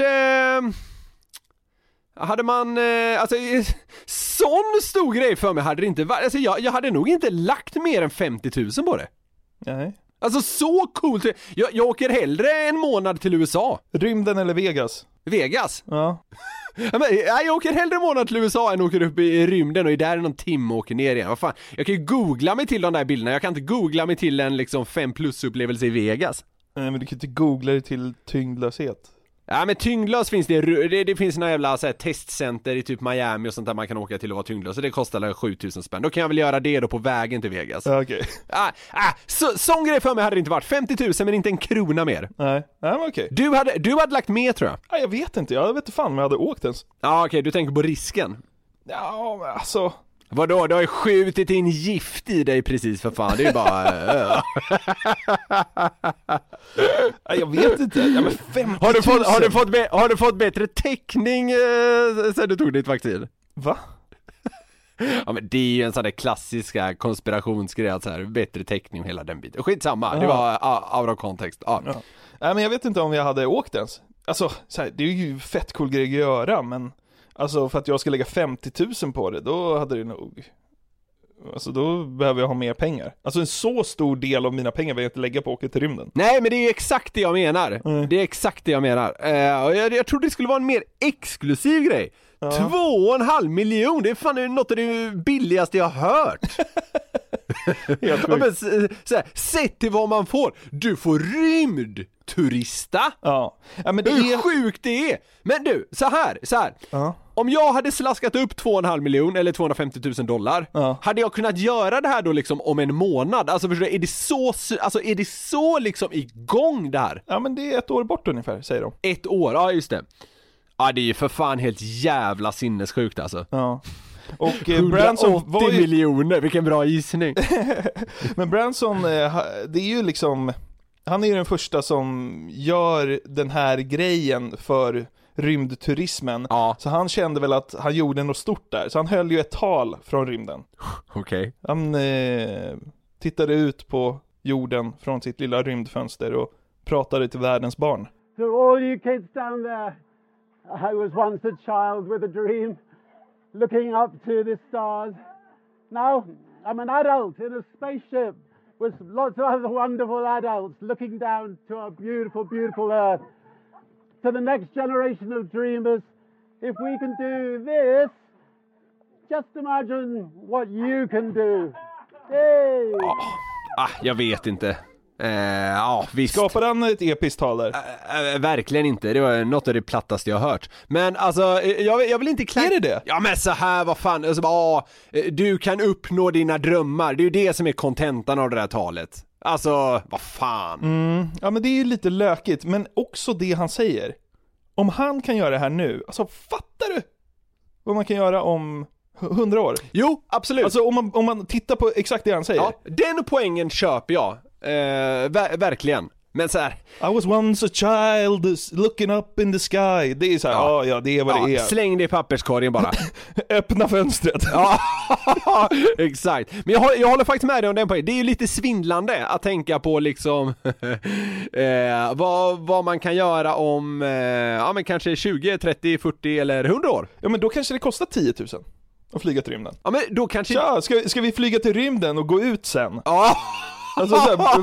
Hade man, sån stor grej för mig hade det inte varit, alltså jag hade nog inte lagt mer än 50 000 på det. Nej. Alltså så coolt. Jag åker hellre en månad till USA. Rymden eller Vegas? Vegas? Ja. Jag åker hellre en månad till USA än åker upp i rymden och är där någon timme och åker ner igen. Vad fan? Jag kan ju googla mig till de där bilderna. Jag kan inte googla mig till en liksom 5+ upplevelse i Vegas. Nej, men du kan inte googla dig till tyngdlöshet. Ja, men tyngdlös finns det finns några jävla så här, testcenter i typ Miami och sånt där man kan åka till och vara tyngdlös. Så det kostar 7,000 spänn. Då kan jag väl göra det då på vägen till Vegas. Okej. Sån grej för mig hade det inte varit 50 000 men inte en krona mer. Nej, okej. Du hade lagt med, tror jag. Jag vet inte, jag vet inte fan om jag hade åkt ens. Okej, du tänker på risken. Ja, men alltså... Vadå? Du har ju skjutit in gift i dig precis, för fan. Det är ju bara... jag vet inte. Ja, men 50 000. Har du fått bättre täckning sen du tog ditt vaccin? Va? Ja, men det är ju en sån där klassiska konspirationsgrej, så här, bättre täckning och hela den biten. Skitsamma, det var out of context. Ja. Nej, men jag vet inte om jag hade åkt ens. Alltså, så här, det är ju fett cool grej att göra, men... Alltså för att jag ska lägga 50 000 på det, då hade det nog alltså då behöver jag ha mer pengar. Alltså en så stor del av mina pengar vill jag inte lägga på att åka till rymden. Nej, men det är exakt det jag menar. Det är exakt det jag menar. Och jag trodde det skulle vara en mer exklusiv grej. 2,5 miljoner, det är fan något av det billigaste jag har hört. Ja, men, sett till vad man får. Du får rymdturista. Ja, men hur sjukt det är. Men du, så här. Om jag hade slaskat upp 2,5 miljoner eller $250,000, hade jag kunnat göra det här då liksom om en månad? Alltså förstår du, är det så liksom igång det här? Ja, men det är 1 år bort ungefär, säger de. 1 år, ja just det. Ja, det är ju för fan helt jävla sinnessjukt alltså. Ja. Och Branson var ju... miljoner, vilken bra gissning. Men Branson, det är ju liksom, han är ju den första som gör den här grejen för rymdturismen. Så han kände väl att han gjorde något stort där. Så han höll ju ett tal från rymden. Okej. Han tittade ut på jorden från sitt lilla rymdfönster och pratade till världens barn. To all you kids down there, I was once a child with a dream, looking up to the stars. Now I'm an adult in a spaceship with lots of other wonderful adults looking down to our beautiful, beautiful Earth. To the next generation of dreamers, if we can do this, just imagine what you can do. Hey! Jag vet inte. Visst. Skapade han ett episkt tal där? Verkligen inte, det var något av det plattaste jag har hört. Men alltså, jag vill inte Är det det? Ja men så här, vad fan alltså, du kan uppnå dina drömmar. Det är ju det som är kontentan av det där talet. Alltså, vad fan. Ja, men det är ju lite lökigt. Men också det han säger. Om han kan göra det här nu, alltså fattar du vad man kan göra om 100 år? Jo, absolut. Alltså om man tittar på exakt det han säger. Ja, den poängen köper jag. Verkligen. Men så här, I was once a child looking up in the sky. Det är så här, ja det är vad det är. Släng det i papperskorgen bara. Öppna fönstret. Ja, exakt. Men jag håller faktiskt med dig om den poängen. Det är ju lite svindlande att tänka på liksom vad man kan göra om men kanske 20, 30, 40 eller 100 år. Ja, men då kanske det kostar 10 000 att flyga till rymden. Ja, men då kanske... Ja, ska vi flyga till rymden och gå ut sen? Ja. Alltså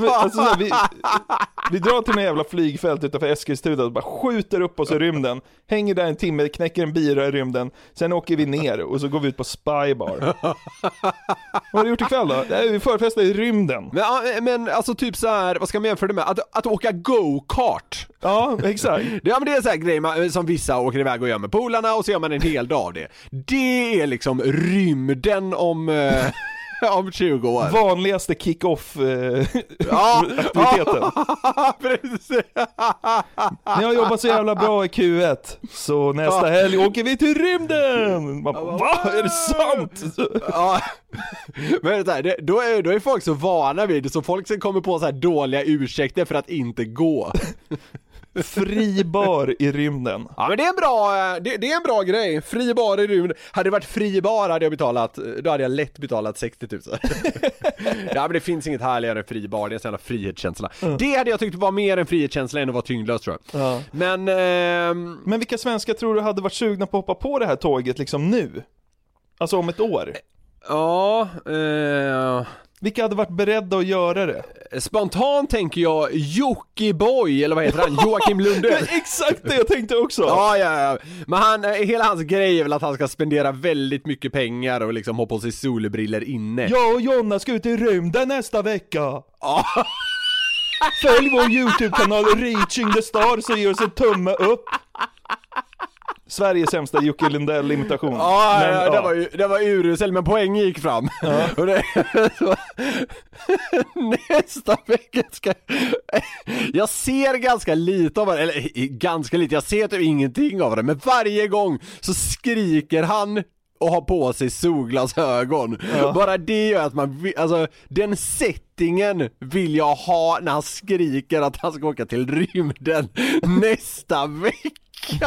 vi drar till en jävla flygfält utanför Eskilstuna och bara skjuter upp oss i rymden, hänger där en timme, knäcker en bira i rymden, sen åker vi ner och så går vi ut på Spybar. Vad har du gjort ikväll då? Vi förfestar i rymden. Men alltså typ så här, vad ska man jämföra det med? Att åka go-kart. Ja, exakt. Ja, men det är så här grejer som vissa åker iväg och gör med polarna och så gör man en hel dag av det. Det är liksom rymden om 20 år. Vanligaste kick-off aktiviteten. Precis. Ni har jobbat så jävla bra i Q1, så nästa helg åker vi till rymden. Man bara, va? Är det sant? Ja. Men då är folk så vana vid det, så folk sen kommer på så här dåliga ursäkter för att inte gå. Fribar i rymden. Ja, men det är en bra grej. Fribar i rymden. Hade det varit fribar då hade jag lätt betalat 60 000. Ja, men det finns inget härligare än fribar. Det är en sån här frihetskänsla. Det hade jag tyckt var mer en frihetskänsla än att vara tyngdlös, tror jag. Ja. Men vilka svenskar tror du hade varit sugna på att hoppa på det här tåget liksom nu? Alltså om ett år? Ja, vilka hade varit beredda att göra det? Spontant tänker jag Jockiboi, eller vad heter han? Joakim Lundell. Exakt det jag tänkte också. Ja. Men hela hans grej är väl att han ska spendera väldigt mycket pengar och liksom ha på sig solbriller inne. Jag och Jonna ska ut i rymden nästa vecka. Följ vår YouTube-kanal Reaching the Stars och ge oss en tumme upp. Sveriges sämsta Jocke Lundell-imitation. Det var urusel, men poäng gick fram. Ja. Och nästa vecka jag ser ganska lite av det, eller ganska lite, jag ser typ ingenting av det, men varje gång så skriker han och har på sig solglasögon. Bara det gör att alltså den settingen vill jag ha när han skriker att han ska åka till rymden nästa vecka.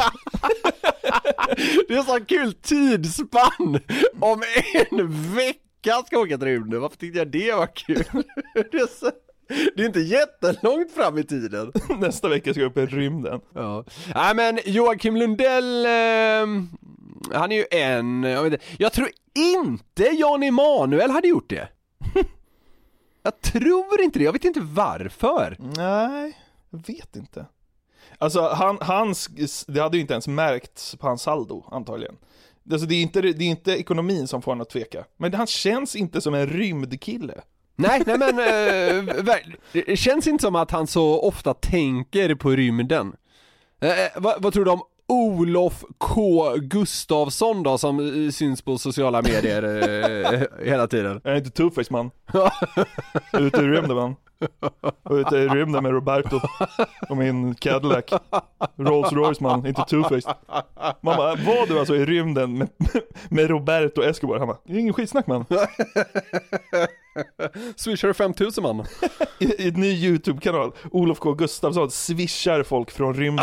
Det är så kul tidsspann. Om en vecka ska åka till rymden. Varför tyckte jag det var kul? Det är inte jättelångt fram i tiden. Nästa vecka ska jag upp i rymden. Ja. Nej, men Joakim Lundell Han är ju jag tror inte Jan Emanuel hade gjort det. Jag tror inte det, jag vet inte varför. Nej, jag vet inte. Alltså det hade ju inte ens märkts på hans saldo antagligen. Alltså det är inte ekonomin som får honom att tveka. Men han känns inte som en rymdkille. Nej men det känns inte som att han så ofta tänker på rymden. Vad tror du om Olof K. Gustafsson då, som syns på sociala medier hela tiden? Jag är inte Two-Face, man. Ute i rymden, man. Ute i rymden med Roberto och min Cadillac Rolls Royce, man, inte Two-Face. Mamma, var du alltså i rymden med Roberto Escobar? Han bara, det är ingen skitsnack, man. Swishar 5000, man. I ett ny YouTube-kanal, Olof K. Gustafsson swishar folk från rymden.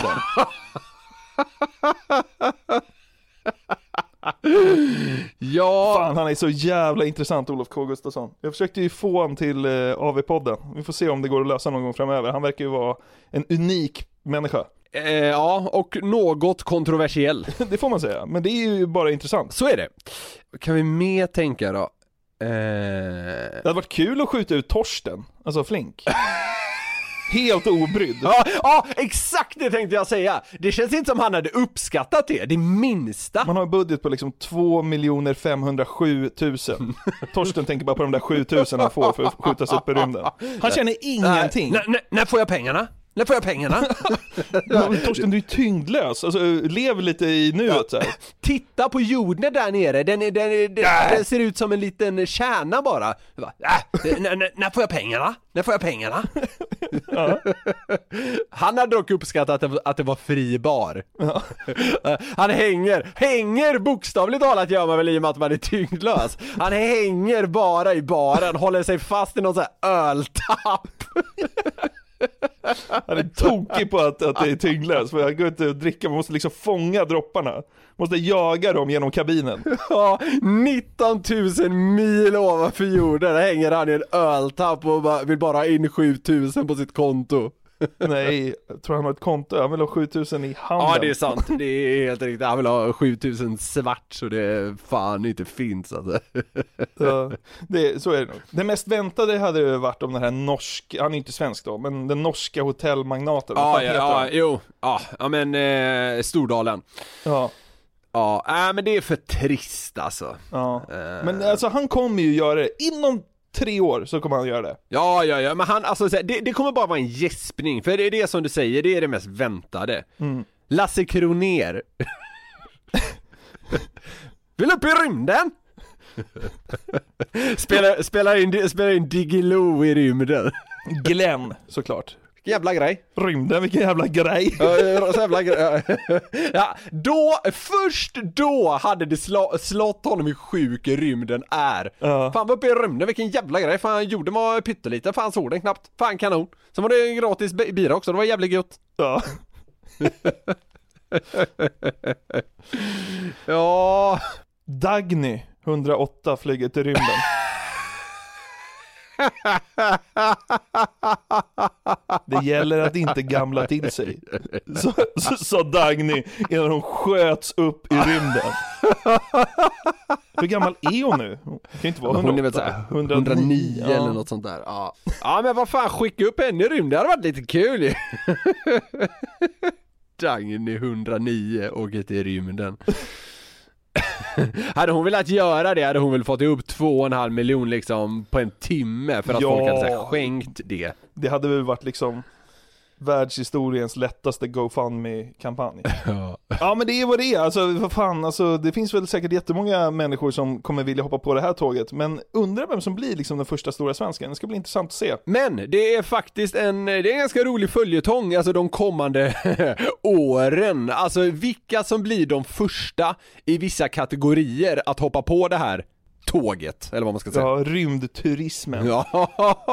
Ja. Fan, han är så jävla intressant, Olof K. Gustafsson. Jag försökte ju få han till AV-podden. Vi får se om det går att lösa någon gång framöver. Han verkar ju vara en unik människa. Ja, och något kontroversiell. Det får man säga, men det är ju bara intressant. Så är det. Kan vi mer tänka då? Det hade varit kul att skjuta ut Torsten, alltså Flink. Helt obrydd. Ja, exakt det tänkte jag säga. Det känns inte som han hade uppskattat det minsta. Man har en budget på liksom 2 507 000. Torsten tänker bara på de där 7 000 han får för att skjutas upp i rymden. Han känner ingenting. När får jag pengarna? När får jag pengarna? Torsten, du är tyngdlös. Alltså, lev lite i nuet så här. Titta på jorden där nere. Den ser ut som en liten kärna bara. När får jag pengarna? När får jag pengarna? Ja. Han hade dock uppskattat att det var fri bar. Ja. Han hänger bokstavligt talat, gör man väl i och med att man är tyngdlös. Han hänger bara i baren, håller sig fast i någon sån här öltapp. Han är tokig på att det är tyngdlös. För jag går inte och dricka, man måste liksom fånga dropparna. Måste jaga dem genom kabinen. Ja, 19 000 mil ovanför jorden hänger han i en öltapp och vill bara ha in 7 000 på sitt konto. Nej, jag tror han har ett konto. Han vill ha 7 000 i handen. Ja, det är sant. Det är helt riktigt. Han vill ha 7 000 svart, så det fan inte finns alltså. Ja, så är det nog. Det mest väntade hade varit om den här norska, han är inte svensk då, men den norska hotellmagnaten. Stordalen. Ja. Ja, men det är för trist alltså. Ja. Men alltså han kommer ju göra det inom 3 år, så kommer han göra det. Ja, men han, alltså, det kommer bara vara en gäspning. För det är det som du säger, det är det mest väntade. Lasse Kronér. Vill upp i rymden? Spelar in Diggiloo i rymden. Glenn, såklart. Jävla grej. Rymden, vilken jävla grej. Ja, först då hade det slått honom i sjuk rymden är. Fan, var uppe i rymden, vilken jävla grej. Fan, jorden var pytteliten, fan såg den knappt. Fan, kanon. Sen var det gratis bira också, det var jävligt gott. Ja. Ja. Dagny 108 flyger till rymden. Det gäller att inte gamla till sig. Så sa Dagny innan hon sköts upp i rymden. Hur gammal är hon nu? Hon kan inte vara 108. Hon är väl så här 109 eller något sånt där. Ja, men vad fan, skicka upp henne i rymden, det hade varit lite kul ju. Dagny 109 åker till rymden. Hade hon velat göra det hade hon väl fått upp 2,5 miljoner liksom på en timme för att folk hade skänkt det. Det hade väl varit liksom världshistoriens lättaste GoFundMe-kampanj. Ja, men det är vad det är. Alltså, vad fan, alltså, det finns väl säkert jättemånga människor som kommer vilja hoppa på det här tåget. Men undrar vem som blir liksom den första stora svensken. Det ska bli intressant att se. Men det är faktiskt en ganska rolig följetong, alltså de kommande åren. Alltså vilka som blir de första i vissa kategorier att hoppa på det här tåget, eller vad man ska säga. Ja, rymdturismen. Ja.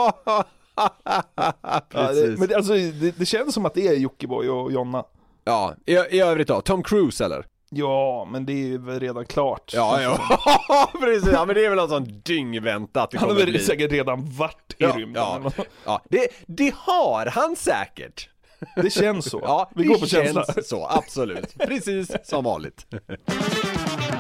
Men alltså, det känns som att det är Jockiboi och Jonna. Ja, i övrigt då, Tom Cruise eller? Ja, men det är väl redan klart. Ja, precis. Ja, men det är väl något sånt dyngväntat. Han har väl säkert redan varit i rymden. Ja. Det har han säkert. Det känns så. Ja, vi går på känsla. Så, absolut. Precis som vanligt.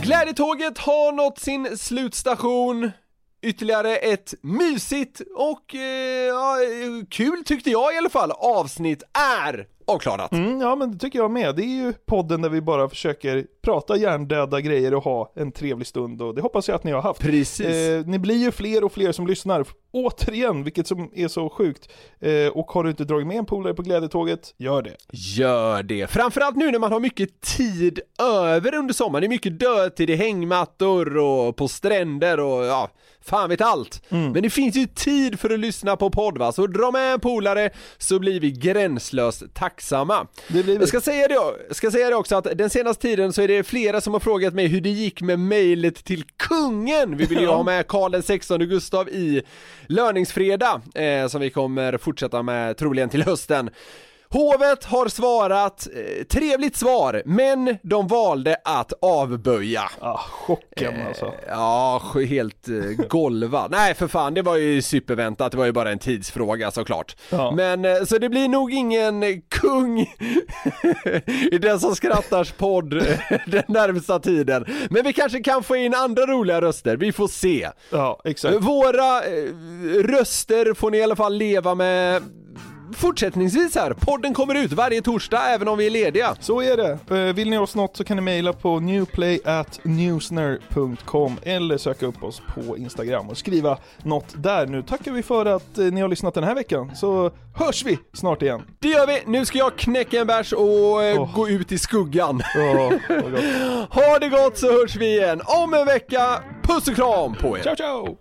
Glädjetåget har nått sin slutstation. Ytterligare ett mysigt och kul tyckte jag i alla fall avsnitt är avklarat. Ja, men det tycker jag med. Det är ju podden där vi bara försöker prata hjärndöda grejer och ha en trevlig stund, och det hoppas jag att ni har haft. Precis. Ni blir ju fler och fler som lyssnar. Återigen, vilket som är så sjukt. Och har du inte dragit med en polare på glädjetåget, gör det. Gör det. Framförallt nu när man har mycket tid över under sommaren. Det är mycket dödtid i hängmattor och på stränder och ja, fan vet allt. Men det finns ju tid för att lyssna på podd, va? Så dra med en polare så blir vi gränslöst tacksamma. Jag ska säga det också att den senaste tiden så är det flera som har frågat mig hur det gick med mejlet till kungen. Vi vill ju ha med Karl den 16 Gustav i löningsfredag som vi kommer fortsätta med troligen till hösten. Hovet har svarat, trevligt svar, men de valde att avböja. Chocken alltså. Ja, helt golvad. Nej för fan, det var ju superväntat, det var ju bara en tidsfråga såklart. Ja. Men så det blir nog ingen kung i den som skrattars podd den närmsta tiden. Men vi kanske kan få in andra roliga röster, vi får se. Ja, exakt. Våra röster får ni i alla fall leva med fortsättningsvis här. Podden kommer ut varje torsdag även om vi är lediga. Så är det. Vill ni oss något så kan ni mejla på newplay@newsner.com eller söka upp oss på Instagram och skriva något där. Nu tackar vi för att ni har lyssnat den här veckan, så hörs vi snart igen. Det gör vi. Nu ska jag knäcka en bärs och gå ut i skuggan. Ha det gott så hörs vi igen om en vecka. Puss och kram på er. Ciao, ciao!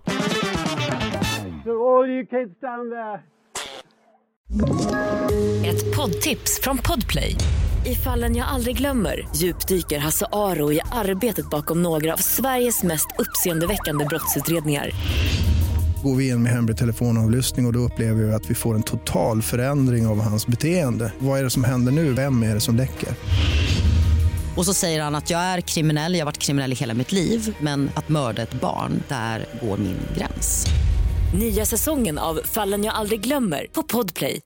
To all you kids down there. Ett poddtips från Podplay. I Fallen jag aldrig glömmer djupdyker Hasse Aro i arbetet bakom några av Sveriges mest uppseendeväckande brottsutredningar. Går vi in med hemlig telefonavlyssning och då upplever vi att vi får en total förändring av hans beteende. Vad är det som händer nu? Vem är det som läcker? Och så säger han att jag är kriminell, jag har varit kriminell i hela mitt liv, men att mörda ett barn, där går min gräns. Nya säsongen av Fallen jag aldrig glömmer på Podplay.